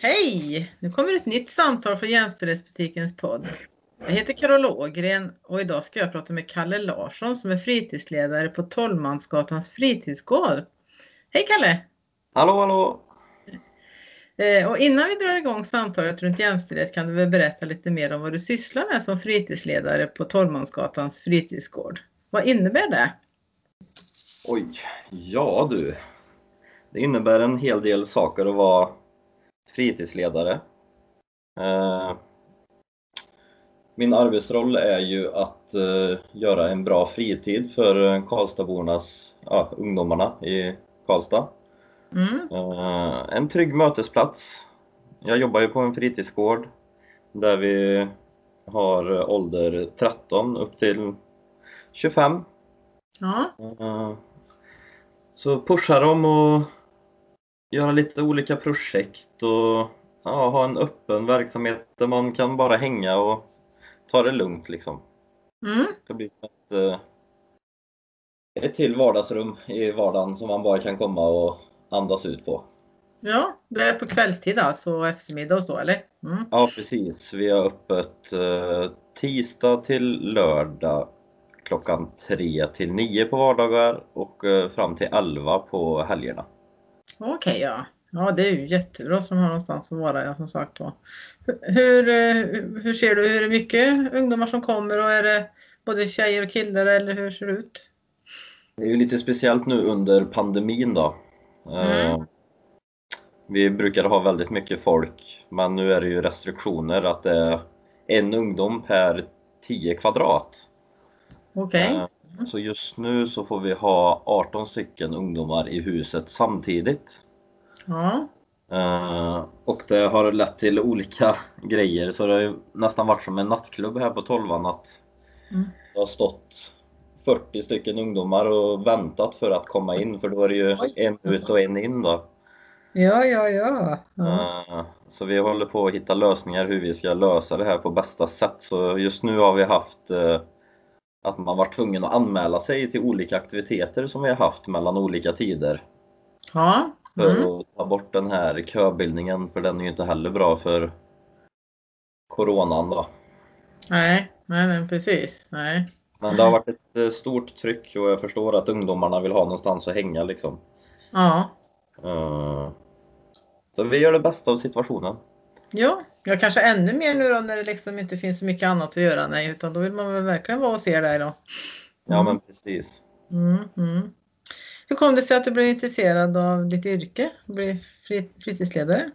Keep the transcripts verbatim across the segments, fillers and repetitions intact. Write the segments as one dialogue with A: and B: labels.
A: Hej! Nu kommer ett nytt samtal från Jämställdhetsbutikens podd. Jag heter Carol Ågren och idag ska jag prata med Kalle Larsson som är fritidsledare på Tollmansgatans fritidsgård. Hej Kalle!
B: Hallå, hallå!
A: Eh, och innan vi drar igång samtalet runt jämställdhet kan du väl berätta lite mer om vad du sysslar med som fritidsledare på Tollmansgatans fritidsgård. Vad innebär det?
B: Oj, ja du. Det innebär en hel del saker att vara fritidsledare. Eh, min arbetsroll är ju att eh, göra en bra fritid för Karlstadbornas, ja, ungdomarna i Karlstad.
A: Mm.
B: Eh, en trygg mötesplats. Jag jobbar ju på en fritidsgård där vi har ålder tretton upp till tjugofem.
A: Ja.
B: Eh, Så pusha dem och göra lite olika projekt och ja, ha en öppen verksamhet där man kan bara hänga och ta det lugnt liksom.
A: Mm.
B: Det blir ett, eh, ett till vardagsrum i vardagen som man bara kan komma och andas ut på.
A: Ja, det är på kvällstid alltså, eftermiddag och så, eller? Mm.
B: Ja, precis. Vi har öppet eh, tisdag till lördag klockan tre till nio på vardagar och eh, fram till elva på helgerna.
A: Okej, okay, ja. Ja, det är ju jättebra som har någonstans att vara, ja, som sagt då. Hur, hur ser du, hur är det mycket ungdomar som kommer och är det både tjejer och killar eller hur ser det ut?
B: Det är ju lite speciellt nu under pandemin då.
A: Mm.
B: Vi brukar ha väldigt mycket folk, men nu är det ju restriktioner att det är en ungdom per tio kvadrat.
A: Okej. Okay.
B: Så just nu så får vi ha arton stycken ungdomar i huset samtidigt.
A: Ja.
B: Och det har lett till olika grejer, så det har ju nästan varit som en nattklubb här på Tolvan att
A: Mm.
B: det har stått fyrtio stycken ungdomar och väntat för att komma in, för då är det ju en ut och en in då.
A: Ja, ja, ja.
B: ja. Så vi håller på att hitta lösningar hur vi ska lösa det här på bästa sätt. Så just nu har vi haft att man var tvungen att anmäla sig till olika aktiviteter som vi har haft mellan olika tider.
A: Ja. Mm.
B: För att ta bort den här köbildningen, för den är ju inte heller bra för coronan då.
A: Nej, nej men precis. Nej.
B: Men det har varit ett stort tryck och jag förstår att ungdomarna vill ha någonstans att hänga liksom.
A: Ja.
B: Så vi gör det bästa av situationen.
A: Ja, jag kanske ännu mer nu då när det liksom inte finns så mycket annat att göra. Nej, utan då vill man väl verkligen vara och se där då. Mm.
B: Ja, men precis.
A: Mm, mm. Hur kom det sig att du blev intresserad av ditt yrke? Bli fritidsledare?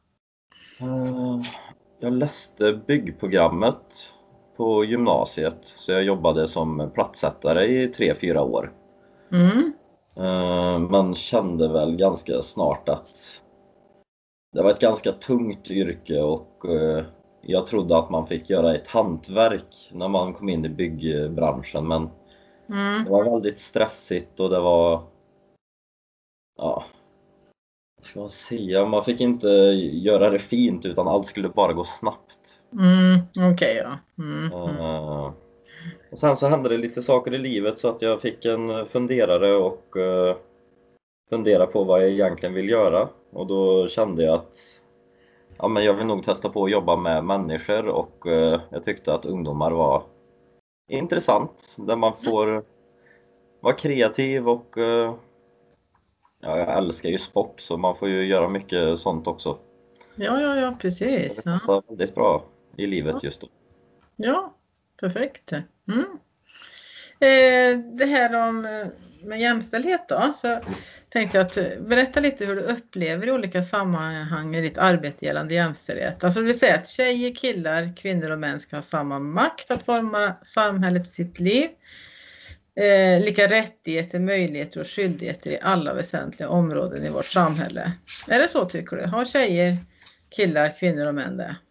B: Jag läste byggprogrammet på gymnasiet, så jag jobbade som platssättare i tre fyra år.
A: Mm.
B: Man kände väl ganska snart att det var ett ganska tungt yrke och jag trodde att man fick göra ett hantverk när man kom in i byggbranschen, men
A: mm.
B: det var väldigt stressigt och det var, ja, vad ska man säga, man fick inte göra det fint utan allt skulle bara gå snabbt.
A: Mm, okej, okay, ja. Mm,
B: uh, och sen så hände det lite saker i livet så att jag fick en funderare och uh, fundera på vad jag egentligen vill göra, och då kände jag att ja, men jag vill nog testa på att jobba med människor, och uh, jag tyckte att ungdomar var intressant där man får vara kreativ och uh, ja, jag älskar ju sport så man får ju göra mycket sånt också.
A: Ja, ja, ja, precis.
B: Det passar väldigt bra i livet just då.
A: Ja, perfekt. Mm. Eh, det här om med jämställdhet då, så tänkte jag att berätta lite hur du upplever i olika sammanhang i ditt arbete gällande jämställdhet. Alltså det vill säga att tjejer, killar, kvinnor och män ska ha samma makt att forma samhället i sitt liv. Eh, lika rättigheter, möjligheter och skyldigheter i alla väsentliga områden i vårt samhälle. Är det så tycker du? Har tjejer, killar, kvinnor och män det?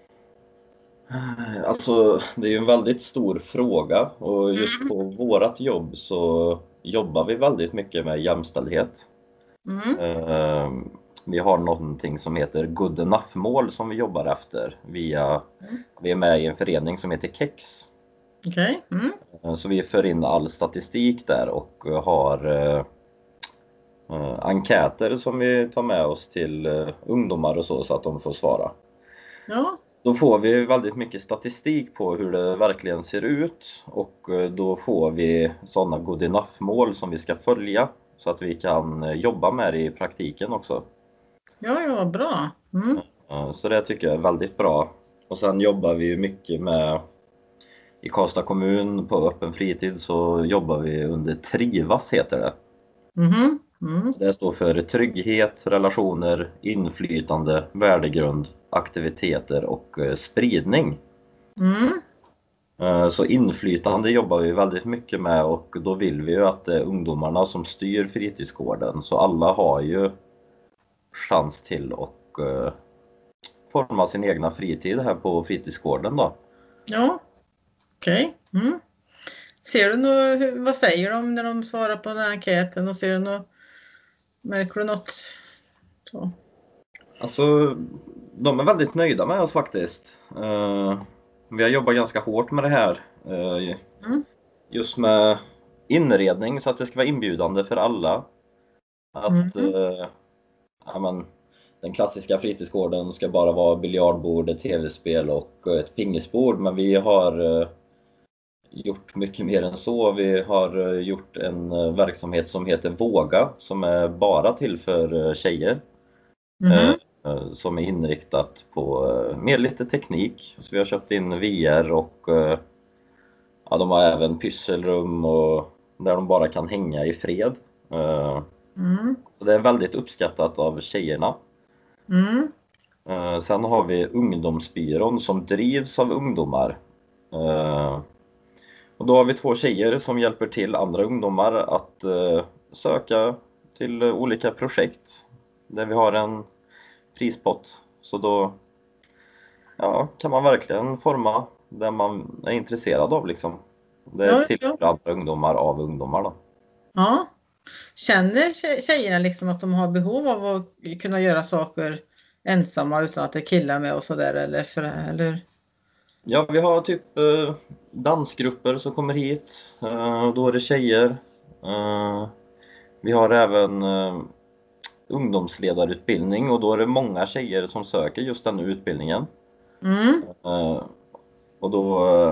B: Alltså det är ju en väldigt stor fråga, och just på vårat jobb så jobbar vi väldigt mycket med jämställdhet. Mm. Vi har någonting som heter Good Enough-mål som vi jobbar efter via, mm. vi är med i en förening som heter Kex.
A: Okej. Okay. Mm.
B: Så vi för in all statistik där och har eh, enkäter som vi tar med oss till eh, ungdomar och så, så att de får svara.
A: Ja.
B: Då får vi väldigt mycket statistik på hur det verkligen ser ut, och eh, då får vi sådana good enough-mål som vi ska följa så att vi kan eh, jobba med det i praktiken också.
A: Ja, ja, bra. Mm.
B: Eh, Så det tycker jag är väldigt bra. Och sen jobbar vi ju mycket med, i Karlstad kommun på öppen fritid så jobbar vi under Trivas heter det.
A: Mhm. Mm.
B: Det står för trygghet, relationer, inflytande, värdegrund, aktiviteter och eh, spridning.
A: Mm.
B: Eh, Så inflytande jobbar vi väldigt mycket med, och då vill vi ju att det är ungdomarna som styr fritidsgården. Så alla har ju chans till att eh, forma sin egna fritid här på fritidsgården då.
A: Ja, okej. Mm. Ser du något, hur- vad säger de när de svarar på den här enkäten, och ser du något, märker du något? Så.
B: Alltså, de är väldigt nöjda med oss faktiskt. Eh, Vi har jobbat ganska hårt med det här. eh,
A: Mm.
B: Just med inredning så att det ska vara inbjudande för alla. Att
A: Mm.
B: eh, ja, men, den klassiska fritidsgården ska bara vara biljardbord, ett tv-spel och ett pingisbord. Men vi har eh, gjort mycket mer än så. Vi har eh, gjort en eh, verksamhet som heter Våga, som är bara till för eh, tjejer. Eh,
A: Mhm.
B: eh, som är inriktat på eh, mer lite teknik. Så vi har köpt in V R, och eh, ja, de har även pysselrum och där de bara kan hänga i fred. Eh,
A: Mm.
B: så det är väldigt uppskattat av tjejerna.
A: Mm.
B: Eh, sen har vi ungdomsbyrån som drivs av ungdomar. Eh, och då har vi två tjejer som hjälper till andra ungdomar att eh, söka till olika projekt där vi har en prispott. Så då ja, kan man verkligen forma det man är intresserad av liksom. Det är
A: Ja,
B: till
A: ja.
B: för andra ungdomar av ungdomar då.
A: Ja. Känner tje- tjejerna liksom att de har behov av att kunna göra saker ensamma utan att det är killar med och sådär, eller för, eller?
B: Ja, vi har typ eh, dansgrupper som kommer hit. Eh, då är det tjejer. Eh, vi har även eh, ungdomsledarutbildning, och då är det många tjejer som söker just den utbildningen.
A: Mm.
B: Eh, och då eh,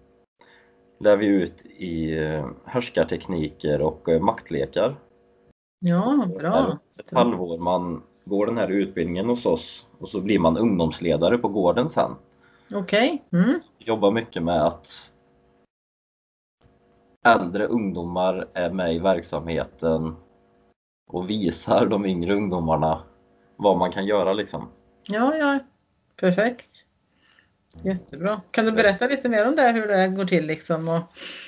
B: lär vi ut i eh, härskartekniker och eh, maktlekar.
A: Ja,
B: Det är
A: bra.
B: ett halvår man går den här utbildningen hos oss, och så blir man ungdomsledare på gården sen.
A: Okej. Mm.
B: Jobbar mycket med att äldre ungdomar är med i verksamheten och visar de yngre ungdomarna vad man kan göra liksom.
A: Ja, ja. Perfekt. Jättebra. Kan du berätta lite mer om det, hur det går till liksom, och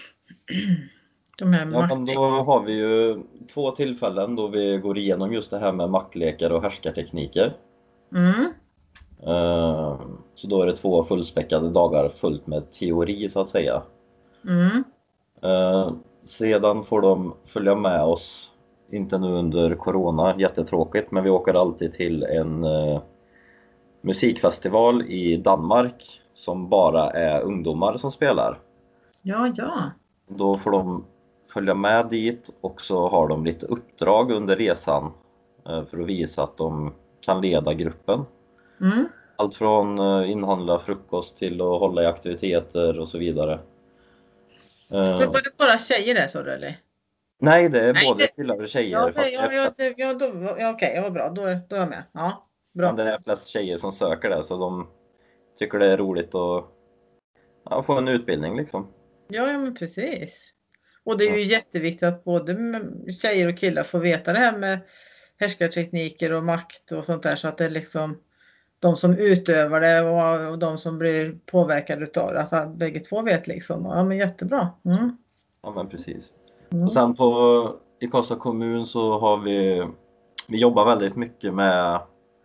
A: de här
B: Ja, men
A: makt...
B: då har vi ju två tillfällen då vi går igenom just det här med maktlekar och härskartekniker.
A: Mm.
B: Eh, Så då är det två fullspäckade dagar fullt med teori så att säga.
A: Mm.
B: Eh, Sedan får de följa med oss, inte nu under corona, jättetråkigt, men vi åker alltid till en eh, musikfestival i Danmark som bara är ungdomar som spelar.
A: Ja, ja.
B: Då får de följa med dit, och så har de lite uppdrag under resan eh, för att visa att de kan leda gruppen.
A: Mm.
B: Allt från eh, inhandla frukost till att hålla i aktiviteter och så vidare. Eh,
A: Så var det bara tjejer där, så du, eller?
B: Nej, det är
A: Nej,
B: både
A: det...
B: killar och
A: Ja,
B: tjejer,
A: det,
B: fast det
A: ja,
B: är,
A: ja, det, ja, då, ja, okej, ja, bra. Då, då är jag med. Ja,
B: ja,
A: bra.
B: det är flest tjejer som söker det, så de tycker det är roligt att ja, få en utbildning liksom.
A: Ja, ja, men precis. Och det är
B: Ja,
A: ju jätteviktigt att både tjejer och killar får veta det här med härskartekniker och makt och sånt där, så att det är liksom de som utövar det och, och de som blir påverkade utav det, att bägge två vet liksom. Ja, men jättebra. Mm.
B: ja men precis.
A: Mm.
B: Och sen på, i Karlstad kommun så har vi, vi jobbar väldigt mycket med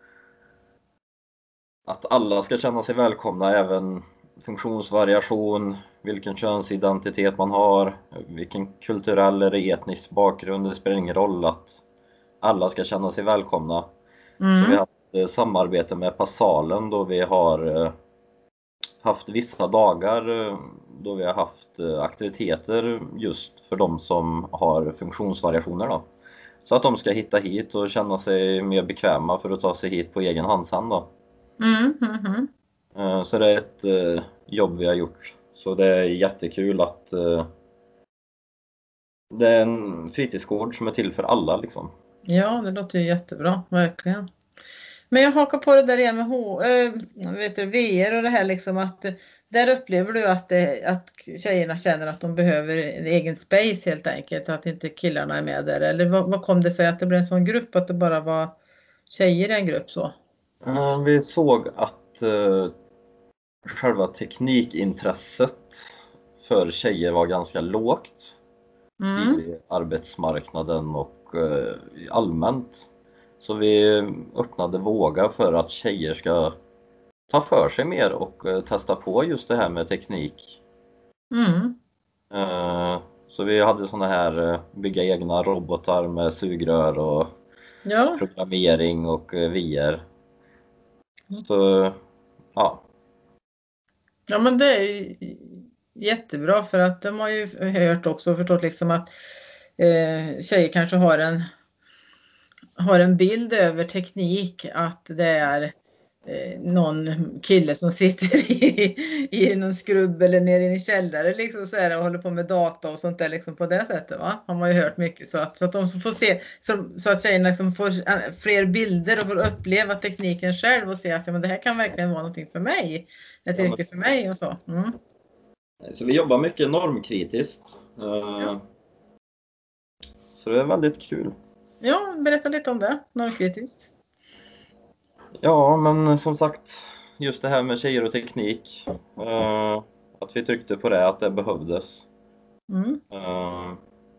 B: att alla ska känna sig välkomna, även funktionsvariation, vilken könsidentitet man har, vilken kulturell eller etnisk bakgrund, det spelar ingen roll, att alla ska känna sig välkomna.
A: Mm.
B: Så vi har haft eh, samarbete med Passalen då vi har eh, haft vissa dagar eh, då vi har haft eh, aktiviteter just för de som har funktionsvariationer då. så att de ska hitta hit och känna sig mer bekväma för att ta sig hit på egen hand sen då.
A: Mm, mm, mm.
B: Eh, Så det är ett eh, jobb vi har gjort. Så det är jättekul att eh, det är en fritidsgård som är till för alla liksom.
A: Ja, det låter ju jättebra, verkligen. Men jag hakar på det där igen med H, äh, vet du, V R och det här liksom att eh, där upplever du att, det, att tjejerna känner att de behöver en egen space helt enkelt, att inte killarna är med där. Eller vad, vad kom det sig att det blev en sån grupp, att det bara var tjejer i en grupp så?
B: Eh, Vi såg att eh, själva teknikintresset för tjejer var ganska lågt
A: Mm,
B: i arbetsmarknaden och eh, allmänt. Så vi öppnade Våga för att tjejer ska ta för sig mer och eh, testa på just det här med teknik.
A: mm,
B: Eh, Så vi hade såna här eh, bygga egna robotar med sugrör och
A: ja.
B: programmering och eh, V R.
A: Mm.
B: Så ja,
A: Ja, men det är ju jättebra, för att de har ju hört också och förstått liksom att eh, tjejer kanske har en har en bild över teknik, att det är eh, någon kille som sitter i, i någon skrubb eller nere i en källare liksom så här, och håller på med data och sånt där liksom på det sättet, va? Har man ju hört mycket, så att, så att de som får se, så, så att tjejerna liksom får eh, fler bilder och får uppleva tekniken själv och se att ja, men det här kan verkligen vara någonting för mig, ett
B: Ja, men-
A: yrke för mig och så. Mm.
B: så vi jobbar mycket normkritiskt. Eh,
A: Ja.
B: Så det är väldigt kul.
A: Ja, berätta lite om det, normkritiskt.
B: Ja, men som sagt, just det här med tjejer och teknik. eh, Att vi tryckte på det, att det behövdes.
A: Mm.
B: Eh,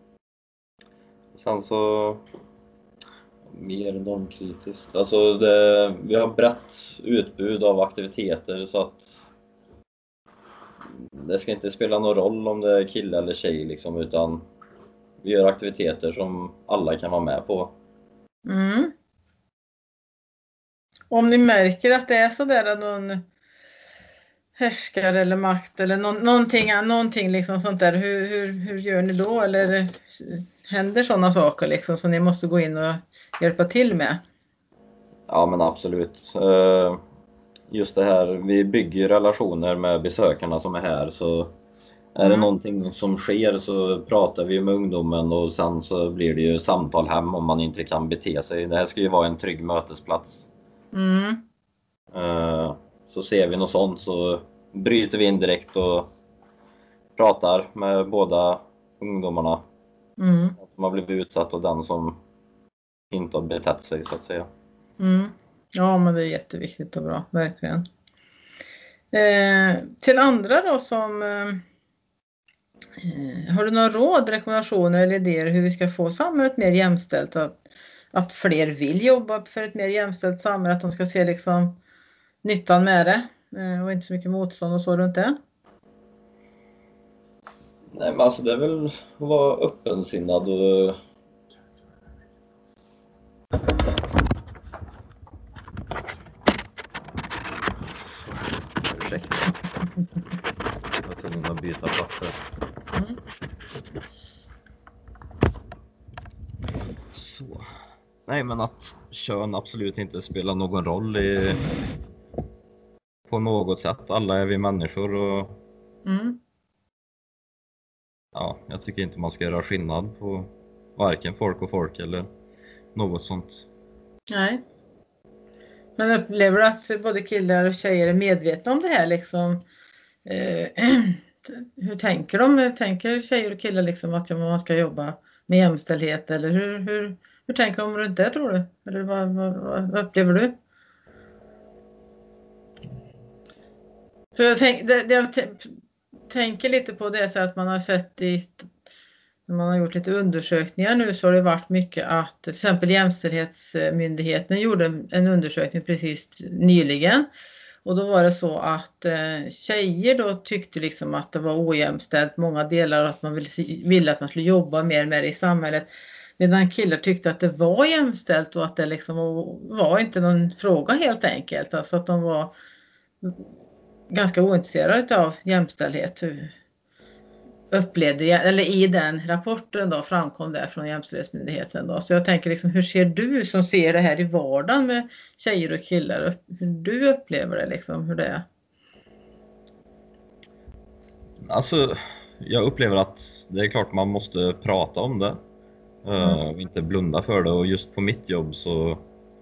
B: Sen så mer normkritiskt. Alltså det, vi har brett utbud av aktiviteter så att det ska inte spela någon roll om det är kille eller tjej liksom, utan vi gör aktiviteter som alla kan vara med på.
A: Mm. Om ni märker att det är så där att någon härskare eller makt eller nå- någonting, någonting liksom sånt där, hur, hur, hur gör ni då? Eller händer sådana saker liksom som ni måste gå in och hjälpa till med?
B: Ja, men absolut. Eh, Just det här, vi bygger relationer med besökarna som är här, så är det
A: Mm.
B: någonting som sker så pratar vi med ungdomen och sen så blir det ju samtal hem om man inte kan bete sig. Det här ska ju vara en trygg mötesplats.
A: Mm.
B: Eh, Så ser vi något sånt så bryter vi in direkt och pratar med båda ungdomarna
A: Mm.
B: som har blivit utsatt och den som inte har betett sig så att säga.
A: Mm. Ja, men det är jätteviktigt och bra, verkligen. Eh, till andra då som eh, har du några råd, rekommendationer eller idéer hur vi ska få samhället mer jämställt, att, att fler vill jobba för ett mer jämställt samhälle, att de ska se liksom nyttan med det eh, och inte så mycket motstånd och så runt det?
B: Nej, men alltså det är väl att vara öppensinnad och ursäkta. Jag var tvungen att byta platser.
A: Mm.
B: Så. Nej, men att kön absolut inte spelar någon roll i, på något sätt. Alla är vi människor och
A: Mm.
B: ja, jag tycker inte man ska göra skillnad på varken folk och folk eller något sånt.
A: Nej. Men upplever du att både killar och tjejer är medvetna om det här liksom? Eh, hur tänker de? Hur tänker tjejer och killar liksom att man ska jobba med jämställdhet? Eller hur, hur, hur tänker de runt det, tror du? Eller vad, vad, vad upplever du? För jag, tänk, det, det jag t- tänker lite på det så att man har sett i, när man har gjort lite undersökningar nu, så har det varit mycket att till exempel Jämställdhetsmyndigheten gjorde en undersökning precis nyligen. Och då var det så att eh, tjejer då tyckte liksom att det var ojämställt många delar och att man ville, ville att man skulle jobba mer med det i samhället. Medan killar tyckte att det var jämställt och att det liksom var inte någon fråga helt enkelt. Alltså att de var ganska ointresserade av jämställdhet. upplevde, eller i den rapporten då framkom det från Jämställdhetsmyndigheten då. Så jag tänker liksom, hur ser du som ser det här i vardagen med tjejer och killar, hur du upplever det liksom, hur det är?
B: Alltså, jag upplever att det är klart man måste prata om det mm. och inte blunda för det, och just på mitt jobb så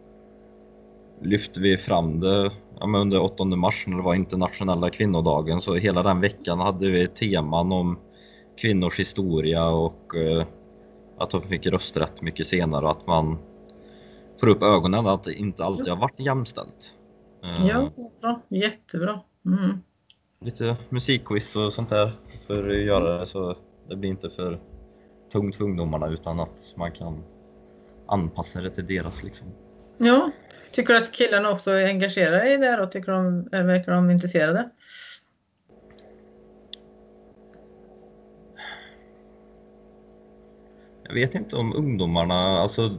B: lyfte vi fram det ja, men under åttonde mars när det var internationella kvinnodagen, så hela den veckan hade vi teman om kvinnors historia och uh, att de fick rösträtt mycket senare, och att man får upp ögonen att det inte alltid har varit jämställt.
A: Uh, ja, bra. Jättebra. Mm.
B: Lite musikquiz och sånt där för att göra det så det blir inte för tungt för ungdomarna, utan att man kan anpassa det till deras liksom.
A: Ja, tycker du att killarna också är engagerade i det och tycker de, eller verkar de intresserade?
B: Jag vet inte om ungdomarna, alltså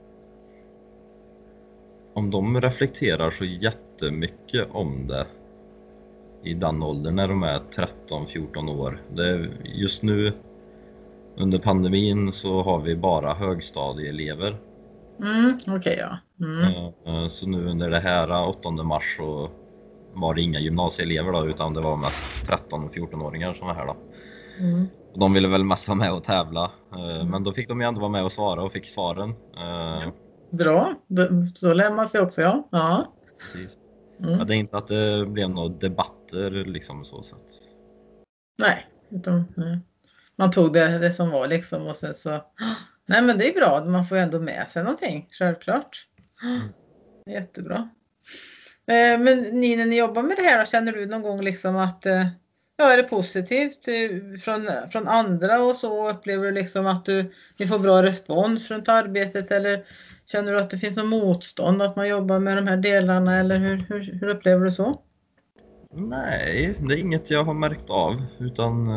B: om de reflekterar så jättemycket om det i den åldern när de är tretton fjorton år. Det är, just nu under pandemin så har vi bara högstadieelever.
A: Mm, okej okay, ja. Mm.
B: Så nu under det här åttonde mars så var det inga gymnasieelever då, utan det var mest tretton och fjorton-åringar som var här då. Mm. De ville väl mest vara med och tävla, mm. men då fick de ju ändå vara med och svara och fick svaren.
A: Ja. Bra, så lär man sig också, ja. Ja.
B: Precis. Mm. Ja, det är inte att det blev några debatter liksom så sätt.
A: Nej, utan nej. Man tog det, det som var liksom och sen så, nej men det är bra, man får ju ändå med sig någonting, självklart. Mm. Jättebra. Men ni när ni jobbar med det här, känner du någon gång liksom att ja, är det positivt från, från andra och så, upplever du liksom att du, ni får bra respons runt arbetet, eller känner du att det finns något motstånd att man jobbar med de här delarna, eller hur, hur, hur upplever du så?
B: Nej, det är inget jag har märkt av, utan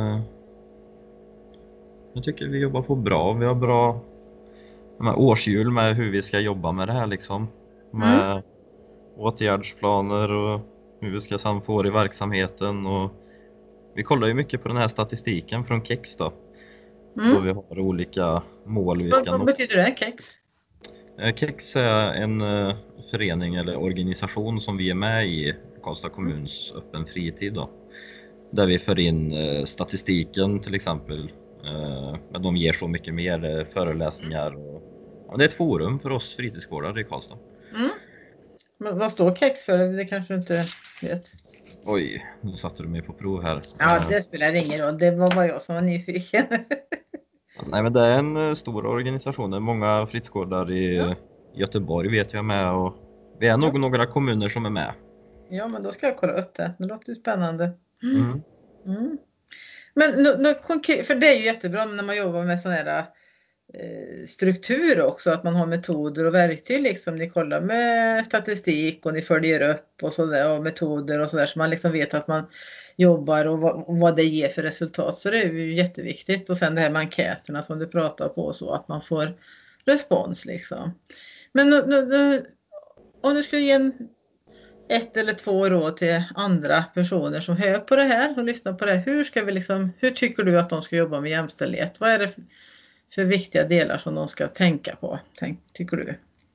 B: jag tycker vi jobbar på bra. Vi har bra med årshjul med hur vi ska jobba med det här liksom. Med mm. åtgärdsplaner och hur vi ska sedan få det i verksamheten. Och vi kollar ju mycket på den här statistiken från Kex då. Mm. Då vi har olika mål. Vi
A: vad,
B: ska
A: vad
B: nå.
A: betyder det, Kex?
B: Kex är en uh, förening eller organisation som vi är med i, Karlstad kommuns öppen fritid då. Där vi för in uh, statistiken till exempel. Uh, men de ger så mycket mer uh, föreläsningar. Och, ja, det är ett forum för oss fritidsgårdar i Karlstad.
A: Mm. Men vad står Kex för? Det kanske du inte vet.
B: Oj, nu satte du mig på prov här.
A: Ja, det spelar ingen roll. Det var bara jag som var nyfiken.
B: Nej, men det är en stor organisation. Det är många fritidsgårdar i ja. Göteborg vet jag med. Och vi är nog ja. några kommuner som är med.
A: Ja, men då ska jag kolla upp det. Det låter ju spännande.
B: Mm.
A: Mm. Men no, no, konkret, för det är ju jättebra när man jobbar med sådana här eh, struktur också. Att man har metoder och verktyg. Liksom. Ni kollar med statistik och ni följer upp och, så där, och metoder och sådär. Så man liksom vet att man jobbar och vad, och vad det ger för resultat. Så det är ju jätteviktigt. Och sen det här med enkäterna som du pratar på, så att man får respons liksom. Men no, no, no, om du skulle ge en, ett eller två råd till andra personer som hör på det här, som lyssnar på det här. Hur ska vi liksom, hur tycker du att de ska jobba med jämställdhet? Vad är det för, för viktiga delar som de ska tänka på, tänk, tycker du?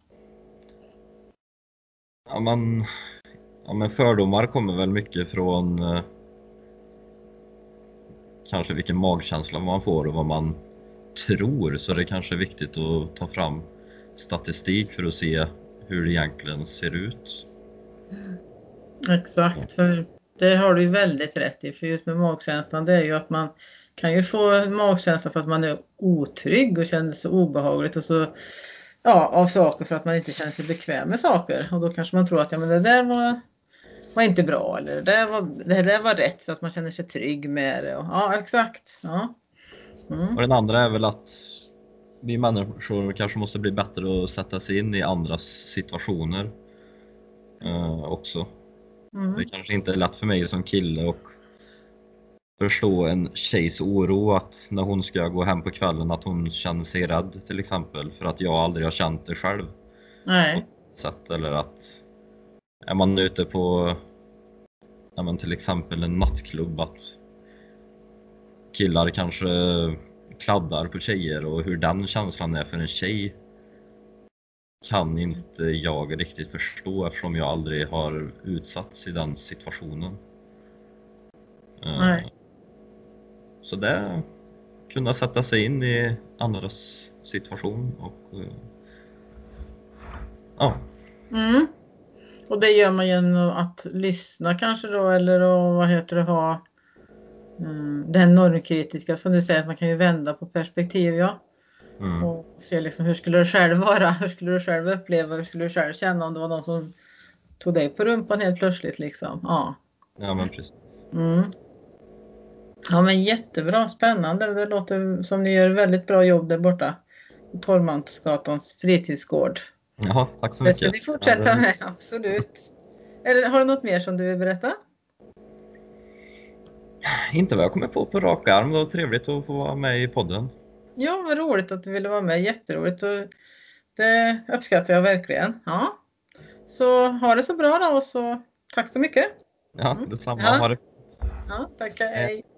B: Ja, man, ja, men fördomar kommer väl mycket från eh, kanske vilken magkänsla man får och vad man tror. Så det är kanske viktigt att ta fram statistik för att se hur det egentligen ser ut.
A: Exakt, för det har du ju väldigt rätt i, för just med magkänslan, det är ju att man kan ju få magkänsla för att man är otrygg och känner sig obehagligt och så, ja, av saker för att man inte känner sig bekväm med saker, och då kanske man tror att ja, men det där var, var inte bra, eller det där var, det där var rätt för att man känner sig trygg med det, och, ja exakt, ja.
B: Mm. Och den andra är väl att vi människor kanske måste bli bättre att sätta sig in i andras situationer eh, också. Mm. Det kanske inte är lätt för mig som kille och förstå en tjejs oro att när hon ska gå hem på kvällen att hon känner sig rädd till exempel för att jag aldrig har känt det själv.
A: Nej.
B: Sätt, eller att är man ute på ja, men till exempel en nattklubb, att killar kanske kladdar på tjejer och hur den känslan är för en tjej kan inte jag riktigt förstå eftersom jag aldrig har utsatts i den situationen.
A: Nej.
B: Så det kunna sätta sig in i andras situation och ja.
A: Mm. Och det gör man genom att lyssna kanske då, eller då, vad heter det, ha mm, den normkritiska som du säger, att man kan ju vända på perspektiv, ja.
B: Mm.
A: Och se liksom hur skulle det själv vara, hur skulle du själv uppleva, hur skulle du själv känna om det var någon som tog dig på rumpan helt plötsligt liksom. Ja.
B: Ja, men precis.
A: Mm. Ja, men jättebra, spännande. Det låter som ni gör väldigt bra jobb där borta på Torrmansgatans fritidsgård.
B: Ja, tack så
A: Det
B: mycket.
A: ska ni fortsätta
B: ja, det...
A: med, absolut. Eller har du något mer som du vill berätta?
B: Inte vad jag kommer på på rak arm. Det var trevligt att få vara med i podden.
A: Ja, vad roligt att du ville vara med. Jätteroligt. Och det uppskattar jag verkligen. Ja. Så ha det så bra då, och så tack så mycket.
B: Ja, detsamma.
A: Ja.
B: Ha det.
A: Ja, tack. Hej.